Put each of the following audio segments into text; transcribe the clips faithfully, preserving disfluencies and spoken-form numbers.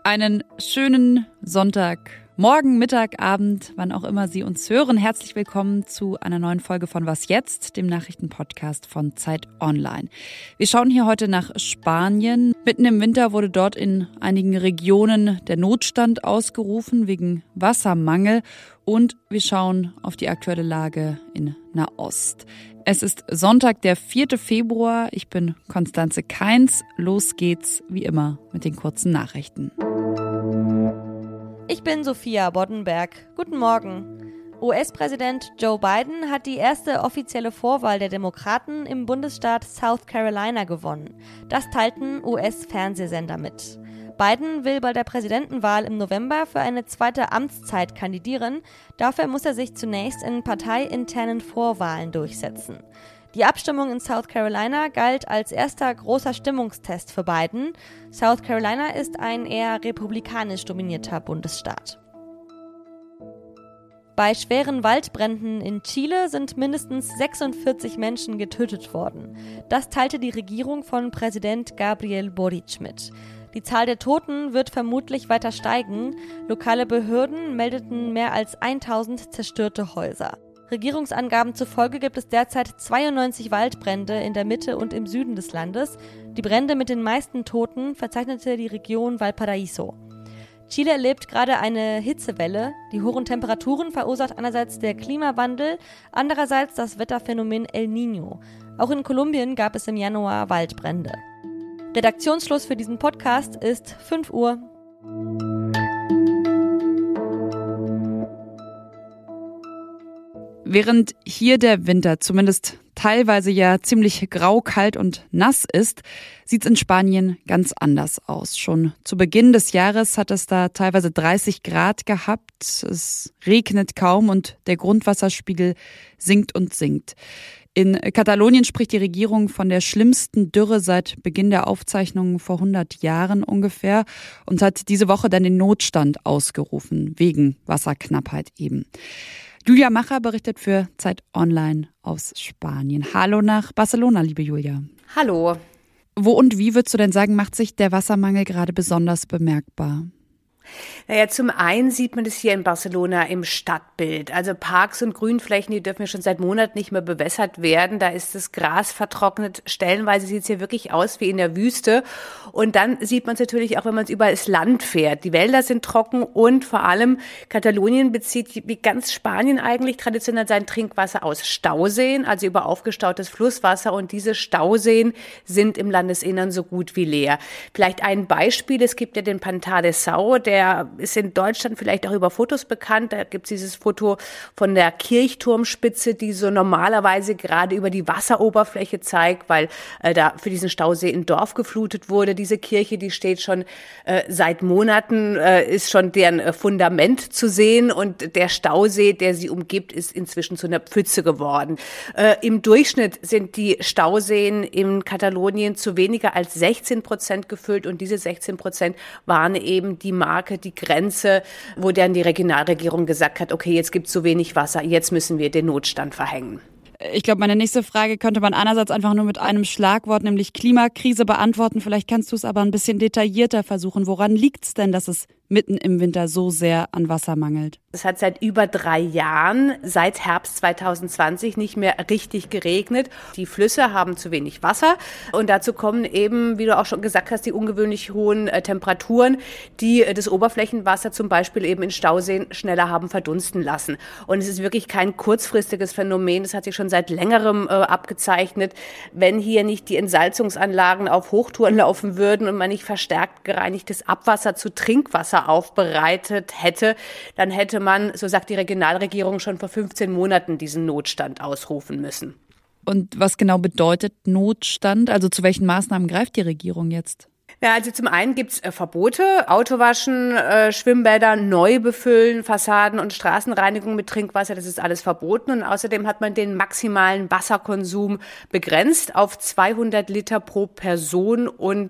Einen schönen Sonntag, Morgen, Mittag, Abend, wann auch immer Sie uns hören. Herzlich willkommen zu einer neuen Folge von Was jetzt?, dem Nachrichtenpodcast von Zeit Online. Wir schauen hier heute nach Spanien. Mitten im Winter wurde dort in einigen Regionen der Notstand ausgerufen wegen Wassermangel. Und wir schauen auf die aktuelle Lage in Nahost. Es ist Sonntag, der vierte Februar. Ich bin Konstanze Keins. Los geht's, wie immer, mit den kurzen Nachrichten. Ich bin Sophia Boddenberg. Guten Morgen. U S-Präsident Joe Biden hat die erste offizielle Vorwahl der Demokraten im Bundesstaat South Carolina gewonnen. Das teilten U S-Fernsehsender mit. Biden will bei der Präsidentenwahl im November für eine zweite Amtszeit kandidieren. Dafür muss er sich zunächst in parteiinternen Vorwahlen durchsetzen. Die Abstimmung in South Carolina galt als erster großer Stimmungstest für Biden. South Carolina ist ein eher republikanisch dominierter Bundesstaat. Bei schweren Waldbränden in Chile sind mindestens sechsundvierzig Menschen getötet worden. Das teilte die Regierung von Präsident Gabriel Boric mit. Die Zahl der Toten wird vermutlich weiter steigen. Lokale Behörden meldeten mehr als tausend zerstörte Häuser. Regierungsangaben zufolge gibt es derzeit zweiundneunzig Waldbrände in der Mitte und im Süden des Landes. Die Brände mit den meisten Toten verzeichnete die Region Valparaíso. Chile erlebt gerade eine Hitzewelle. Die hohen Temperaturen verursacht einerseits der Klimawandel, andererseits das Wetterphänomen El Niño. Auch in Kolumbien gab es im Januar Waldbrände. Redaktionsschluss für diesen Podcast ist fünf Uhr. Während hier der Winter zumindest teilweise ja ziemlich grau, kalt und nass ist, sieht's in Spanien ganz anders aus. Schon zu Beginn des Jahres hat es da teilweise dreißig Grad gehabt. Es regnet kaum und der Grundwasserspiegel sinkt und sinkt. In Katalonien spricht die Regierung von der schlimmsten Dürre seit Beginn der Aufzeichnungen vor hundert Jahren ungefähr und hat diese Woche dann den Notstand ausgerufen, wegen Wasserknappheit eben. Julia Macher berichtet für Zeit Online aus Spanien. Hallo nach Barcelona, liebe Julia. Hallo. Wo und wie, würdest du denn sagen, macht sich der Wassermangel gerade besonders bemerkbar? Naja, zum einen sieht man das hier in Barcelona im Stadtbild. Also Parks und Grünflächen, die dürfen ja schon seit Monaten nicht mehr bewässert werden. Da ist das Gras vertrocknet. Stellenweise sieht es hier wirklich aus wie in der Wüste. Und dann sieht man es natürlich auch, wenn man es überall ins Land fährt. Die Wälder sind trocken und vor allem Katalonien bezieht, wie ganz Spanien eigentlich, traditionell sein Trinkwasser aus Stauseen, also über aufgestautes Flusswasser. Und diese Stauseen sind im Landesinnern so gut wie leer. Vielleicht ein Beispiel, es gibt ja den Pantà de Sau, der Der ist in Deutschland vielleicht auch über Fotos bekannt. Da gibt es dieses Foto von der Kirchturmspitze, die so normalerweise gerade über die Wasseroberfläche zeigt, weil äh, da für diesen Stausee ein Dorf geflutet wurde. Diese Kirche, die steht schon äh, seit Monaten, äh, ist schon deren äh, Fundament zu sehen. Und der Stausee, der sie umgibt, ist inzwischen zu einer Pfütze geworden. Äh, Im Durchschnitt sind die Stauseen in Katalonien zu weniger als sechzehn Prozent gefüllt. Und diese sechzehn Prozent waren eben die Marke, die Grenze, wo dann die Regionalregierung gesagt hat, okay, jetzt gibt es so wenig Wasser, jetzt müssen wir den Notstand verhängen. Ich glaube, meine nächste Frage könnte man einerseits einfach nur mit einem Schlagwort, nämlich Klimakrise, beantworten. Vielleicht kannst du es aber ein bisschen detaillierter versuchen. Woran liegt es denn, dass es mitten im Winter so sehr an Wasser mangelt? Es hat seit über drei Jahren, seit Herbst zwanzig zwanzig, nicht mehr richtig geregnet. Die Flüsse haben zu wenig Wasser und dazu kommen eben, wie du auch schon gesagt hast, die ungewöhnlich hohen äh, Temperaturen, die äh, das Oberflächenwasser zum Beispiel eben in Stauseen schneller haben verdunsten lassen. Und es ist wirklich kein kurzfristiges Phänomen, es hat sich schon seit längerem äh, abgezeichnet. Wenn hier nicht die Entsalzungsanlagen auf Hochtouren laufen würden und man nicht verstärkt gereinigtes Abwasser zu Trinkwasser aufbereitet hätte, dann hätte man, so sagt die Regionalregierung, schon vor fünfzehn Monaten diesen Notstand ausrufen müssen. Und was genau bedeutet Notstand? Also zu welchen Maßnahmen greift die Regierung jetzt? Ja, also zum einen gibt's äh, Verbote, Autowaschen, äh, Schwimmbäder neu befüllen, Fassaden und Straßenreinigung mit Trinkwasser, das ist alles verboten. Und außerdem hat man den maximalen Wasserkonsum begrenzt auf zweihundert Liter pro Person und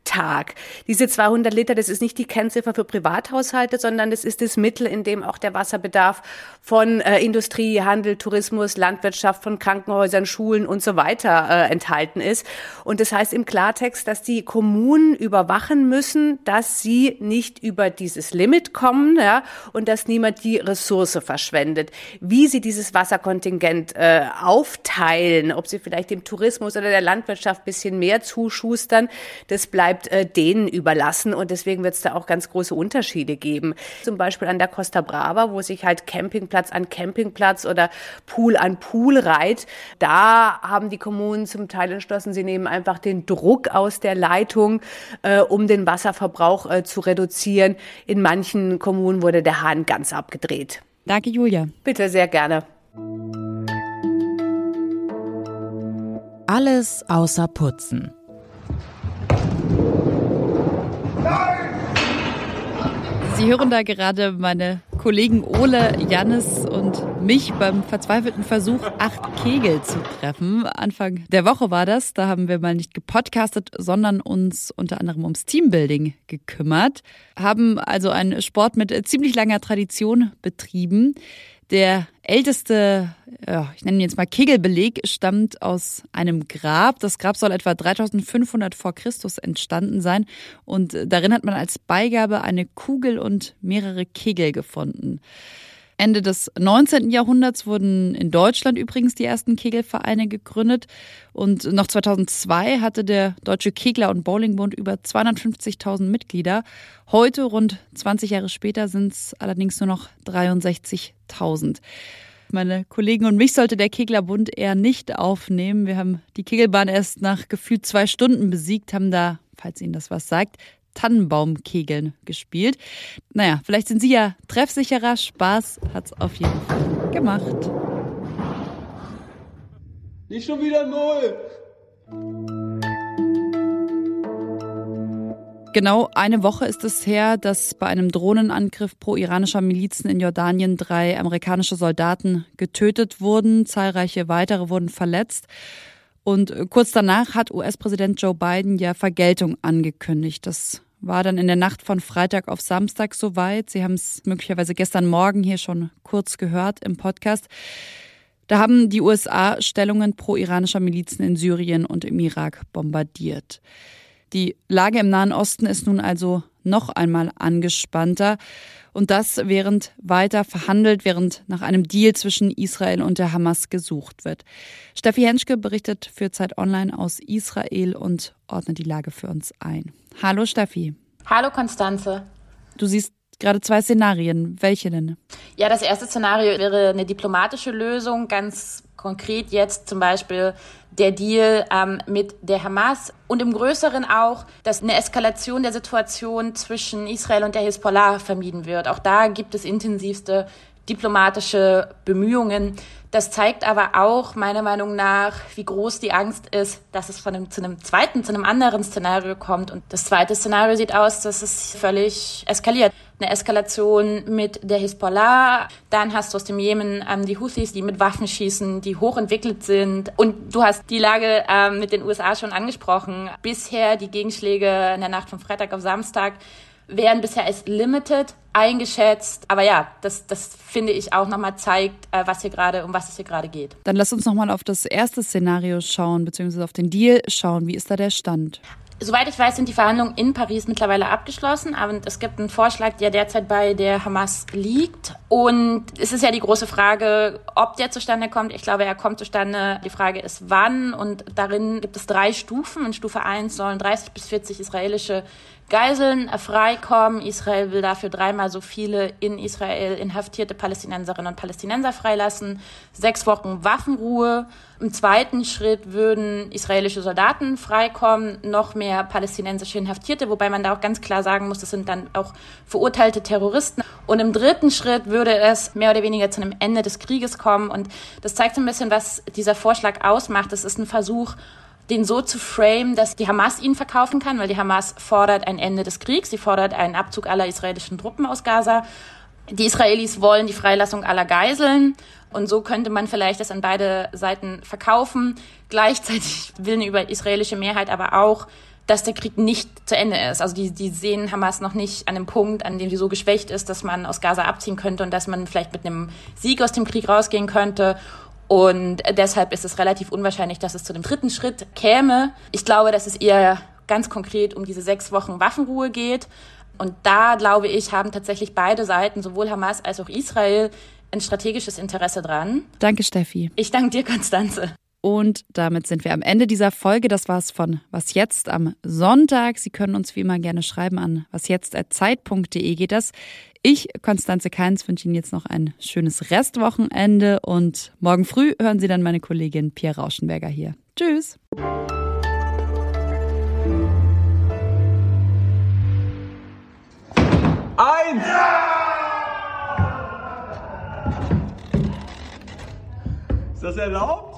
Tag. Diese zweihundert Liter, das ist nicht die Kennziffer für Privathaushalte, sondern das ist das Mittel, in dem auch der Wasserbedarf von äh, Industrie, Handel, Tourismus, Landwirtschaft, von Krankenhäusern, Schulen und so weiter äh, enthalten ist. Und das heißt im Klartext, dass die Kommunen überwachen müssen, dass sie nicht über dieses Limit kommen, ja, und dass niemand die Ressource verschwendet. Wie sie dieses Wasserkontingent äh, aufteilen, ob sie vielleicht dem Tourismus oder der Landwirtschaft ein bisschen mehr zuschustern, das bleibt äh, denen überlassen und deswegen wird es da auch ganz große Unterschiede geben. Zum Beispiel an der Costa Brava, wo sich halt Campingplatz an Campingplatz oder Pool an Pool reiht. Da haben die Kommunen zum Teil entschlossen, sie nehmen einfach den Druck aus der Leitung, äh, um den Wasserverbrauch äh, zu reduzieren. In manchen Kommunen wurde der Hahn ganz abgedreht. Danke, Julia. Bitte, sehr gerne. Alles außer Putzen. Sie hören da gerade meine Kollegen Ole, Jannis und mich beim verzweifelten Versuch, acht Kegel zu treffen. Anfang der Woche war das. Da haben wir mal nicht gepodcastet, sondern uns unter anderem ums Teambuilding gekümmert. Haben also einen Sport mit ziemlich langer Tradition betrieben. Der älteste, ja, ich nenne ihn jetzt mal Kegelbeleg, stammt aus einem Grab. Das Grab soll etwa dreitausendfünfhundert vor Christus entstanden sein. Und darin hat man als Beigabe eine Kugel und mehrere Kegel gefunden. Ende des neunzehnten Jahrhunderts wurden in Deutschland übrigens die ersten Kegelvereine gegründet. Und noch zweitausendzwei hatte der Deutsche Kegler- und Bowlingbund über zweihundertfünfzigtausend Mitglieder. Heute, rund zwanzig Jahre später, sind es allerdings nur noch dreiundsechzigtausend. Meine Kollegen und mich sollte der Keglerbund eher nicht aufnehmen. Wir haben die Kegelbahn erst nach gefühlt zwei Stunden besiegt, haben da, falls Ihnen das was sagt, Tannenbaumkegeln gespielt. Naja, vielleicht sind Sie ja treffsicherer. Spaß hat's auf jeden Fall gemacht. Nicht schon wieder null. Genau eine Woche ist es her, dass bei einem Drohnenangriff pro-iranischer Milizen in Jordanien drei amerikanische Soldaten getötet wurden. Zahlreiche weitere wurden verletzt. Und kurz danach hat U S-Präsident Joe Biden ja Vergeltung angekündigt. Das war dann in der Nacht von Freitag auf Samstag soweit. Sie haben es möglicherweise gestern Morgen hier schon kurz gehört im Podcast. Da haben die U S A Stellungen pro-iranischer Milizen in Syrien und im Irak bombardiert. Die Lage im Nahen Osten ist nun also noch einmal angespannter. Und das, während weiter verhandelt, während nach einem Deal zwischen Israel und der Hamas gesucht wird. Steffi Henschke berichtet für Zeit Online aus Israel und ordnet die Lage für uns ein. Hallo Steffi. Hallo Konstanze. Du siehst gerade zwei Szenarien. Welche denn? Ja, das erste Szenario wäre eine diplomatische Lösung, ganz konkret jetzt zum Beispiel der Deal ähm, mit der Hamas und im Größeren auch, dass eine Eskalation der Situation zwischen Israel und der Hisbollah vermieden wird. Auch da gibt es intensivste diplomatische Bemühungen. Das zeigt aber auch meiner Meinung nach, wie groß die Angst ist, dass es von einem, zu einem zweiten, zu einem anderen Szenario kommt. Und das zweite Szenario sieht aus, dass es völlig eskaliert. Eine Eskalation mit der Hisbollah. Dann hast du aus dem Jemen ähm, die Houthis, die mit Waffen schießen, die hochentwickelt sind. Und du hast die Lage ähm, mit den U S A schon angesprochen. Bisher die Gegenschläge in der Nacht von Freitag auf Samstag werden bisher als limited eingeschätzt. Aber ja, das, das finde ich auch nochmal zeigt, äh, was hier gerade, um was es hier gerade geht. Dann lass uns nochmal auf das erste Szenario schauen, beziehungsweise auf den Deal schauen. Wie ist da der Stand? Soweit ich weiß, sind die Verhandlungen in Paris mittlerweile abgeschlossen. Aber es gibt einen Vorschlag, der derzeit bei der Hamas liegt. Und es ist ja die große Frage, ob der zustande kommt. Ich glaube, er kommt zustande. Die Frage ist, wann. Und darin gibt es drei Stufen. In Stufe eins sollen dreißig bis vierzig israelische Geiseln freikommen. Israel will dafür dreimal so viele in Israel inhaftierte Palästinenserinnen und Palästinenser freilassen. Sechs Wochen Waffenruhe. Im zweiten Schritt würden israelische Soldaten freikommen, noch mehr palästinensische Inhaftierte, wobei man da auch ganz klar sagen muss, das sind dann auch verurteilte Terroristen. Und im dritten Schritt würde es mehr oder weniger zu einem Ende des Krieges kommen. Und das zeigt so ein bisschen, was dieser Vorschlag ausmacht. Es ist ein Versuch, den so zu framen, dass die Hamas ihn verkaufen kann, weil die Hamas fordert ein Ende des Kriegs, sie fordert einen Abzug aller israelischen Truppen aus Gaza. Die Israelis wollen die Freilassung aller Geiseln und so könnte man vielleicht das an beide Seiten verkaufen. Gleichzeitig will eine israelische Mehrheit aber auch dass der Krieg nicht zu Ende ist. Also die, die sehen Hamas noch nicht an einem Punkt, an dem sie so geschwächt ist, dass man aus Gaza abziehen könnte und dass man vielleicht mit einem Sieg aus dem Krieg rausgehen könnte. Und deshalb ist es relativ unwahrscheinlich, dass es zu dem dritten Schritt käme. Ich glaube, dass es eher ganz konkret um diese sechs Wochen Waffenruhe geht. Und da, glaube ich, haben tatsächlich beide Seiten, sowohl Hamas als auch Israel, ein strategisches Interesse dran. Danke, Steffi. Ich danke dir, Konstanze. Und damit sind wir am Ende dieser Folge. Das war's von Was Jetzt am Sonntag. Sie können uns wie immer gerne schreiben an wasjetzt at zeit punkt de geht das. Ich, Konstanze Keins, wünsche Ihnen jetzt noch ein schönes Restwochenende und morgen früh hören Sie dann meine Kollegin Pia Rauschenberger hier. Tschüss! Eins! Ist das erlaubt?